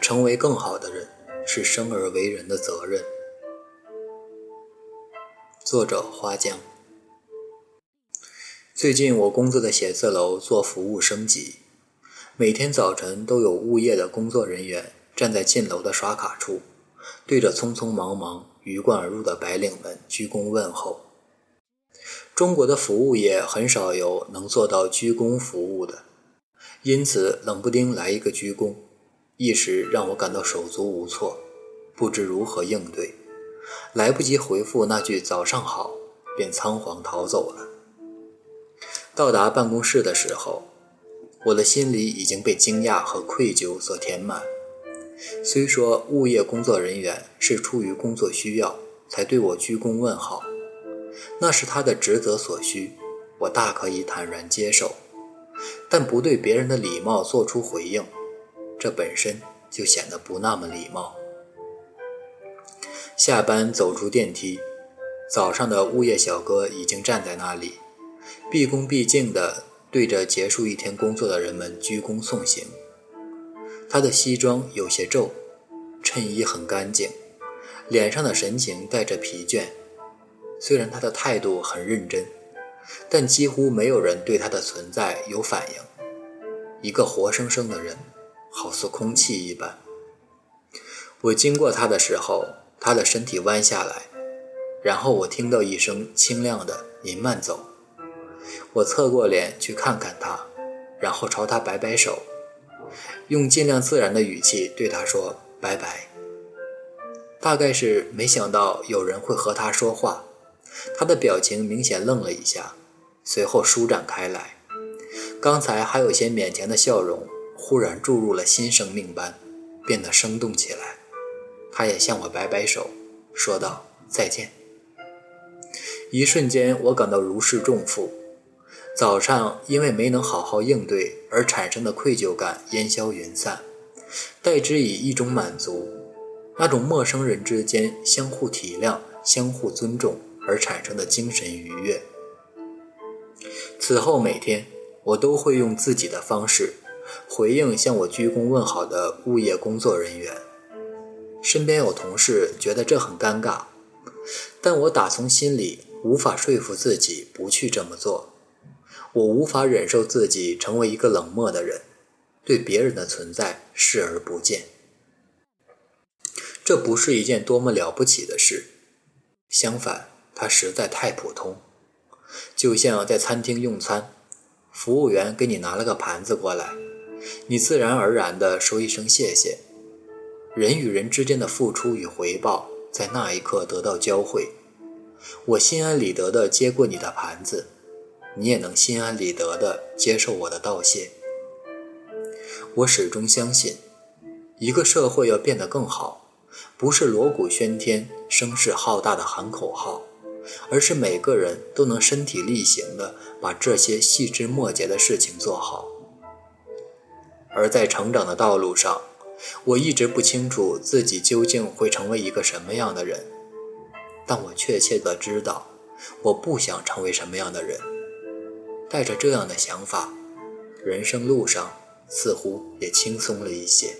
成为更好的人是生而为人的责任。作者花江。最近我工作的写字楼做服务升级，每天早晨都有物业的工作人员站在进楼的刷卡处，对着匆匆忙忙鱼贯而入的白领们鞠躬问候。中国的服务业很少有能做到鞠躬服务的，因此冷不丁来一个鞠躬，一时让我感到手足无措，不知如何应对，来不及回复那句早上好，便仓皇逃走了。到达办公室的时候，我的心里已经被惊讶和愧疚所填满。虽说物业工作人员是出于工作需要才对我鞠躬问好，那是他的职责所需，我大可以坦然接受，但不对别人的礼貌做出回应，这本身就显得不那么礼貌。下班走出电梯，早上的物业小哥已经站在那里，毕恭毕敬地对着结束一天工作的人们鞠躬送行。他的西装有些皱，衬衣很干净，脸上的神情带着疲倦。虽然他的态度很认真，但几乎没有人对他的存在有反应。一个活生生的人，好似空气一般。我经过他的时候，他的身体弯下来，然后我听到一声清亮的“您慢走”。我侧过脸去看看他，然后朝他摆摆手，用尽量自然的语气对他说拜拜。大概是没想到有人会和他说话，他的表情明显愣了一下，随后舒展开来，刚才还有些腼腆的笑容忽然注入了新生命般，变得生动起来。他也向我摆摆手，说道再见。一瞬间我感到如释重负，早上因为没能好好应对而产生的愧疚感烟消云散，代之以一种满足，那种陌生人之间相互体谅、相互尊重而产生的精神愉悦。此后每天我都会用自己的方式回应向我鞠躬问好的物业工作人员。身边有同事觉得这很尴尬，但我打从心里无法说服自己不去这么做。我无法忍受自己成为一个冷漠的人，对别人的存在视而不见。这不是一件多么了不起的事，相反，它实在太普通。就像在餐厅用餐，服务员给你拿了个盘子过来，你自然而然地说一声谢谢。人与人之间的付出与回报在那一刻得到交汇，我心安理得地接过你的盘子，你也能心安理得地接受我的道谢。我始终相信，一个社会要变得更好，不是锣鼓喧天、声势浩大的喊口号，而是每个人都能身体力行地把这些细枝末节的事情做好。而在成长的道路上，我一直不清楚自己究竟会成为一个什么样的人，但我确切地知道，我不想成为什么样的人。带着这样的想法，人生路上似乎也轻松了一些。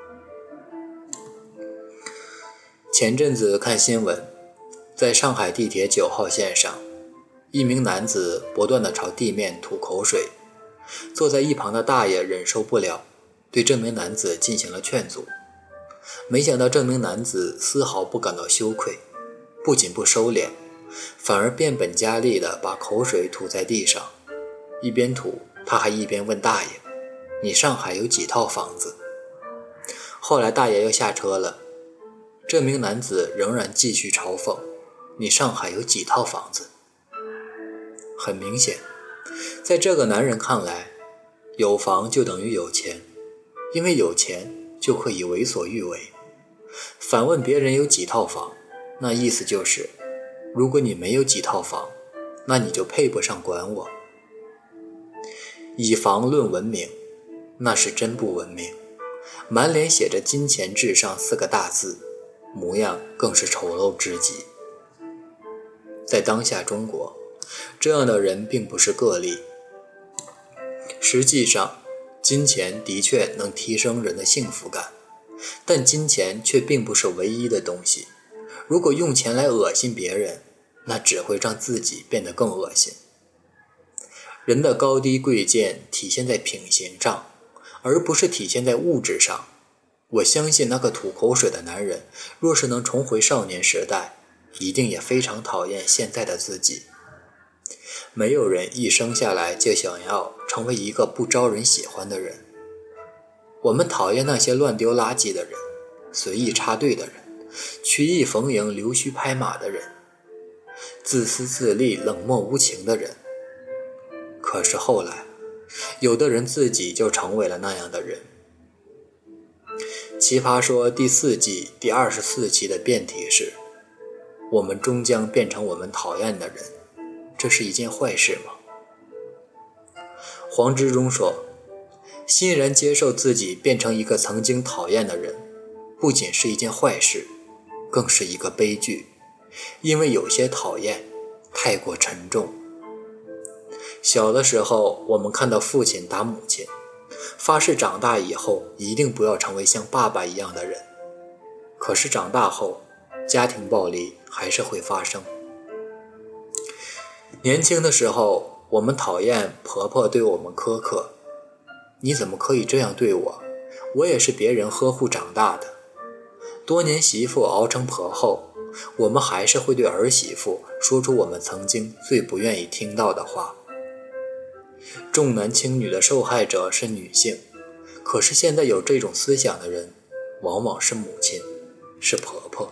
前阵子看新闻，在上海地铁9号线上，一名男子不断地朝地面吐口水，坐在一旁的大爷忍受不了，对这名男子进行了劝阻。没想到这名男子丝毫不感到羞愧，不仅不收敛，反而变本加厉地把口水吐在地上。一边吐，他还一边问大爷：你上海有几套房子？后来大爷又下车了，这名男子仍然继续嘲讽：你上海有几套房子？很明显，在这个男人看来，有房就等于有钱，因为有钱就可以为所欲为。反问别人有几套房，那意思就是，如果你没有几套房，那你就配不上管我。以房论文明，那是真不文明，满脸写着金钱至上4个大字，模样更是丑陋至极。在当下中国，这样的人并不是个例。实际上，金钱的确能提升人的幸福感， 但金钱却并不是唯一的东西。如果用钱来恶心别人，那只会让自己变得更恶心。人的高低贵贱体现在品行上，而不是体现在物质上。我相信那个吐口水的男人，若是能重回少年时代，一定也非常讨厌现在的自己。没有人一生下来就想要成为一个不招人喜欢的人。我们讨厌那些乱丢垃圾的人，随意插队的人，曲意逢迎溜须拍马的人，自私自利冷漠无情的人。可是后来，有的人自己就成为了那样的人。奇葩说第4季第24期的辩题是：我们终将变成我们讨厌的人，这是一件坏事吗？黄执中说，欣然接受自己变成一个曾经讨厌的人，不仅是一件坏事，更是一个悲剧，因为有些讨厌太过沉重。小的时候，我们看到父亲打母亲，发誓长大以后一定不要成为像爸爸一样的人。可是长大后，家庭暴力还是会发生。年轻的时候，我们讨厌婆婆对我们苛刻，你怎么可以这样对我？我也是别人呵护长大的。多年媳妇熬成婆后，我们还是会对儿媳妇说出我们曾经最不愿意听到的话。重男轻女的受害者是女性，可是现在有这种思想的人，往往是母亲，是婆婆。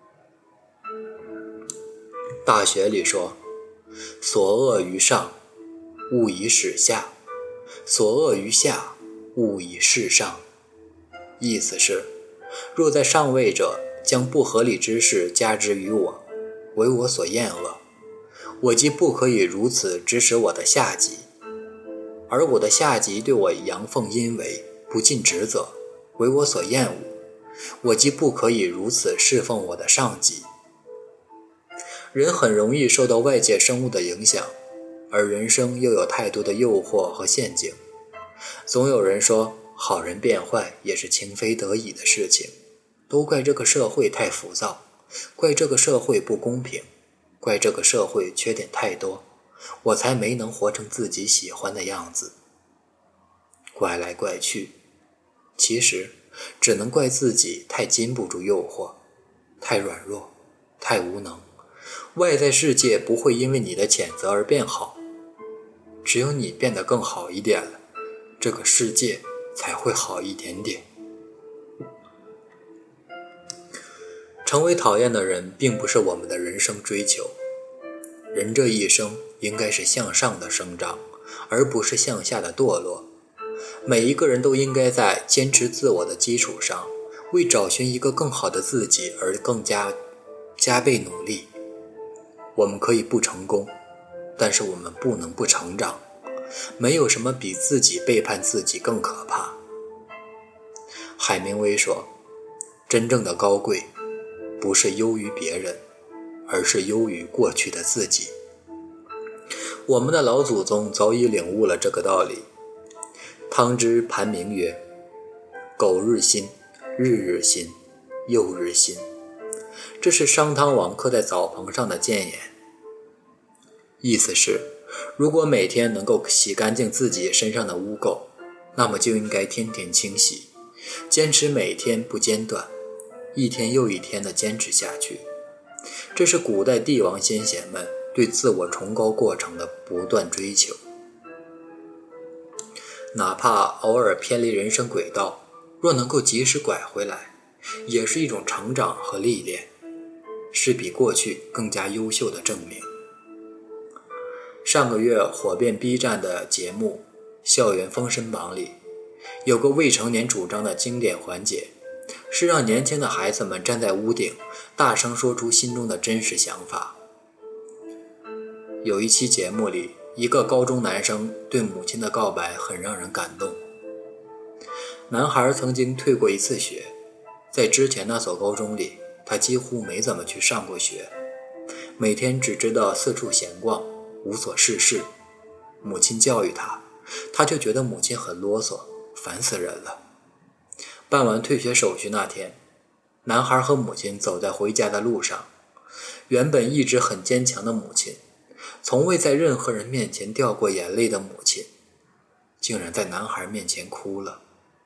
大学里说，所恶于上，勿以始下；所恶于下，勿以事上。意思是，若在上位者将不合理之事加之于我，为我所厌恶，我即不可以如此指使我的下级；而我的下级对我阳奉阴违，不尽职责，为我所厌恶，我即不可以如此侍奉我的上级。人很容易受到外界生物的影响，而人生又有太多的诱惑和陷阱。总有人说，好人变坏也是情非得已的事情，都怪这个社会太浮躁，怪这个社会不公平，怪这个社会缺点太多，我才没能活成自己喜欢的样子。怪来怪去，其实只能怪自己太经不住诱惑，太软弱，太无能。外在世界不会因为你的谴责而变好，只有你变得更好一点了，这个世界才会好一点点。成为讨厌的人并不是我们的人生追求，人这一生应该是向上的生长，而不是向下的堕落。每一个人都应该在坚持自我的基础上，为找寻一个更好的自己而更加倍努力。我们可以不成功，但是我们不能不成长。没有什么比自己背叛自己更可怕。海明威说，真正的高贵不是优于别人，而是优于过去的自己。我们的老祖宗早已领悟了这个道理。汤之盘铭曰，苟日新，日日新，又日新。这是商汤王刻在澡棚上的谏言，意思是，如果每天能够洗干净自己身上的污垢，那么就应该天天清洗，坚持每天不间断，一天又一天地坚持下去。这是古代帝王先贤们对自我崇高过程的不断追求。哪怕偶尔偏离人生轨道，若能够及时拐回来，也是一种成长和历练，是比过去更加优秀的证明。上个月火遍 B 站的节目《校园封神榜》里，有个未成年主张的经典环节，是让年轻的孩子们站在屋顶，大声说出心中的真实想法。有一期节目里，一个高中男生对母亲的告白很让人感动。男孩曾经退过一次学，在之前那所高中里，他几乎没怎么去上过学，每天只知道四处闲逛，无所事事。母亲教育他，他就觉得母亲很啰嗦，烦死人了。 办完退学手续那天，男孩和母亲走在回家的路上，原本一直很坚强的母亲，从未在任何人面前掉过眼泪的母亲，竟然在男孩面前哭了。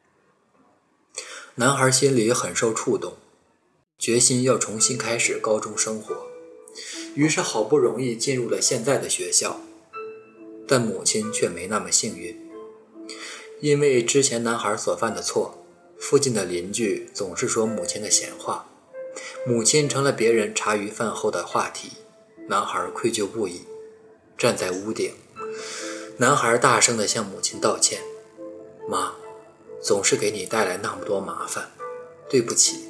男孩心里很受触动，决心要重新开始高中生活，于是好不容易进入了现在的学校。但母亲却没那么幸运，因为之前男孩所犯的错，附近的邻居总是说母亲的闲话，母亲成了别人茶余饭后的话题。男孩愧疚不已，站在屋顶，男孩大声地向母亲道歉：妈，总是给你带来那么多麻烦，对不起。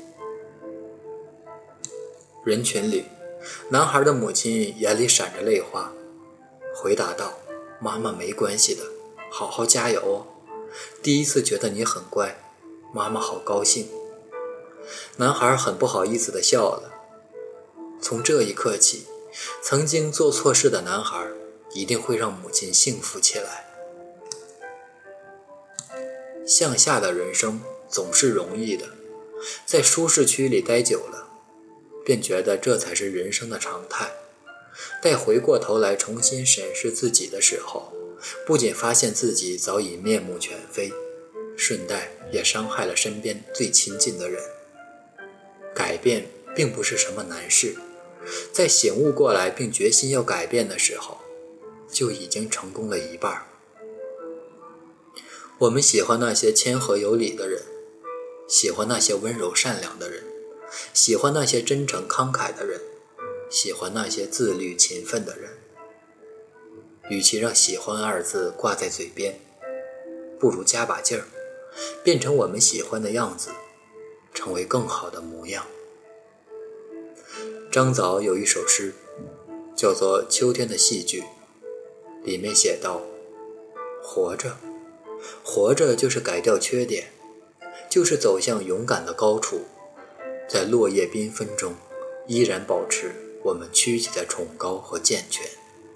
人群里，男孩的母亲眼里闪着泪花，回答道：妈妈没关系的，好好加油哦，第一次觉得你很乖，妈妈好高兴。男孩很不好意思地笑了。从这一刻起，曾经做错事的男孩一定会让母亲幸福起来。向下的人生总是容易的，在舒适区里待久了，便觉得这才是人生的常态。待回过头来重新审视自己的时候，不仅发现自己早已面目全非，顺带也伤害了身边最亲近的人。改变并不是什么难事，在醒悟过来并决心要改变的时候，就已经成功了一半。我们喜欢那些谦和有礼的人，喜欢那些温柔善良的人，喜欢那些真诚慷慨的人，喜欢那些自律勤奋的人。与其让喜欢二字挂在嘴边，不如加把劲儿，变成我们喜欢的样子，成为更好的模样。张枣有一首诗叫做《秋天的戏剧》，里面写道：活着，活着就是改掉缺点，就是走向勇敢的高处，在落叶缤纷中依然保持我们躯体的崇高和健全。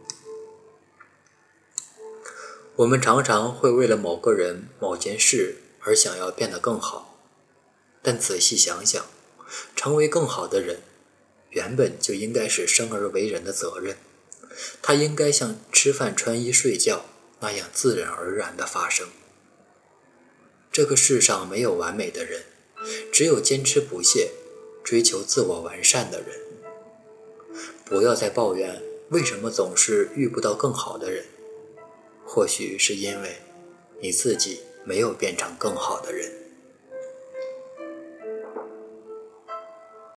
我们常常会为了某个人某件事而想要变得更好，但仔细想想，成为更好的人原本就应该是生而为人的责任，它应该像吃饭穿衣睡觉那样自然而然地发生。这个世上没有完美的人，只有坚持不懈追求自我完善的人。不要再抱怨为什么总是遇不到更好的人，或许是因为你自己没有变成更好的人。